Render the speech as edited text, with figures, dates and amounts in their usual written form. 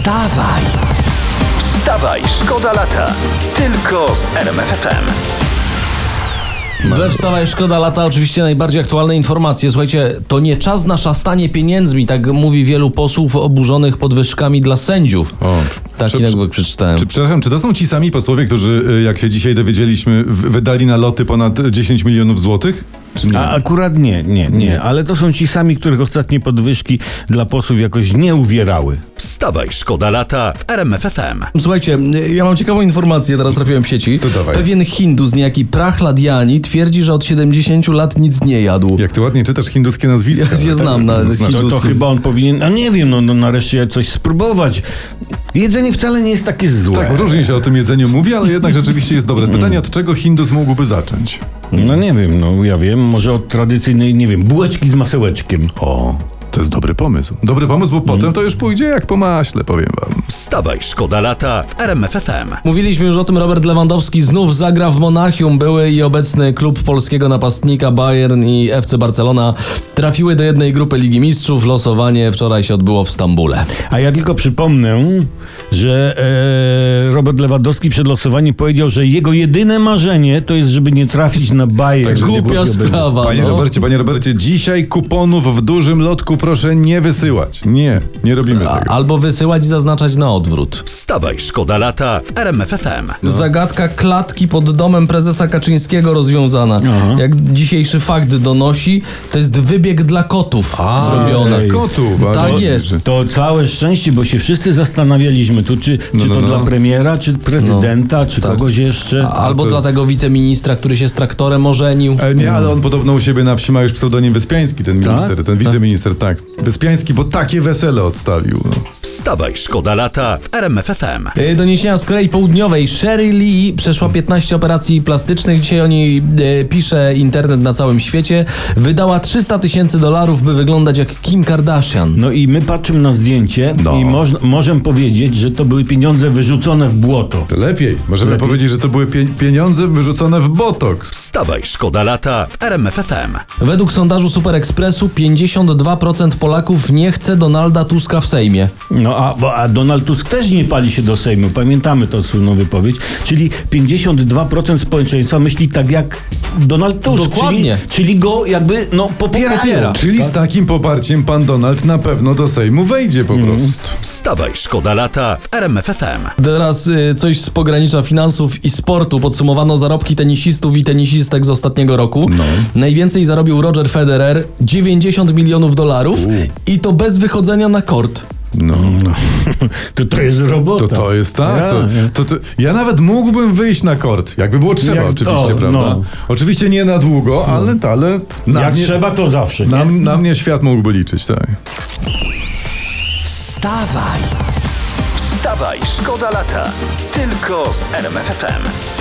Wstawaj! Wstawaj, szkoda lata. Tylko z RMF FM. We Wstawaj, szkoda lata, oczywiście najbardziej aktualne informacje. Słuchajcie, to nie czas na szastanie pieniędzmi, tak mówi wielu posłów oburzonych podwyżkami dla sędziów. Taki nagłówek przeczytałem. Przepraszam, czy to są ci sami posłowie, którzy, jak się dzisiaj dowiedzieliśmy, wydali na loty ponad 10 milionów złotych? Czy nie? Akurat nie, ale to są ci sami, których ostatnie podwyżki dla posłów jakoś nie uwierały. Wstawaj, szkoda lata w RMF FM. Słuchajcie, ja mam ciekawą informację, teraz trafiłem w sieci. To dawaj. Pewien Hindus, niejaki Prahladiani, twierdzi, że od 70 lat nic nie jadł. Jak ty ładnie czytasz hinduskie nazwiska. Ja się znam na To chyba on powinien, nie wiem, no nareszcie coś spróbować. Jedzenie wcale nie jest takie złe. Tak, bo różnie się o tym jedzeniu mówi, ale jednak rzeczywiście jest dobre. Pytanie, od czego Hindus mógłby zacząć? No nie wiem, ja wiem, może od tradycyjnej, bułeczki z masełeczkiem. O, to jest dobry pomysł. Dobry pomysł, bo potem to już pójdzie jak po maśle, powiem wam. Wstawaj, szkoda lata w RMF FM. Mówiliśmy już o tym, Robert Lewandowski znów zagra w Monachium. Były i obecny klub polskiego napastnika Bayern i FC Barcelona trafiły do jednej grupy Ligi Mistrzów. Losowanie wczoraj się odbyło w Stambule. A ja tylko przypomnę, że Robert Lewandowski przed losowaniem powiedział, że jego jedyne marzenie to jest, żeby nie trafić na Bayern. Także Głupia sprawa. Panie Robercie, dzisiaj kuponów w dużym lotku proszę nie wysyłać. Nie robimy tego. Albo wysyłać i zaznaczać na odwrót. Wstawaj, szkoda lata w RMF FM. Zagadka klatki pod domem prezesa Kaczyńskiego rozwiązana. Jak dzisiejszy fakt donosi, to jest wybieg dla kotów zrobione. Kotów. Tak jest. To całe szczęście, bo się wszyscy zastanawialiśmy tu, czy to dla premiera, czy prezydenta, czy kogoś jeszcze. Albo to dla jest- tego wiceministra, który się z traktorem ożenił. Nie, ale on podobno u siebie na wsi ma już pseudonim Wyspiański, ten minister, ten wiceminister, tak. Wyspiański, bo takie wesele odstawił. No. Wstawaj, szkoda lata w RMF FM. Doniesienia z Korei Południowej. Sherry Lee przeszła 15 operacji plastycznych. Dzisiaj o niej pisze internet na całym świecie. Wydała $300,000, by wyglądać jak Kim Kardashian. No i my patrzymy na zdjęcie i możemy powiedzieć, że to były pieniądze wyrzucone w błoto. To lepiej. Możemy powiedzieć, że to były pieniądze wyrzucone w botoks. Wstawaj, szkoda lata w RMF FM. Według sondażu Super Expressu 52% Polaków nie chce Donalda Tuska w Sejmie. No a Donald Tusk też nie pali się do Sejmu. Pamiętamy tę słynną wypowiedź. Czyli 52% społeczeństwa myśli tak jak Donald Tusk. Dokładnie. Czyli go jakby popierają. Popiera. Czyli z takim poparciem pan Donald na pewno do Sejmu wejdzie po prostu. Wstawaj, szkoda lata w RMF FM. Teraz coś z pogranicza finansów i sportu. Podsumowano zarobki tenisistów i tenisistek z ostatniego roku. Najwięcej zarobił Roger Federer, $90 milionów i to bez wychodzenia na kort. To jest robota. To jest tak. Ja nawet mógłbym wyjść na kort, jakby było trzeba, Jak oczywiście, to, prawda? Oczywiście nie na długo, ale Jak trzeba, to zawsze. na mnie świat mógłby liczyć, tak. Wstawaj, szkoda lata. Tylko z RMF FM.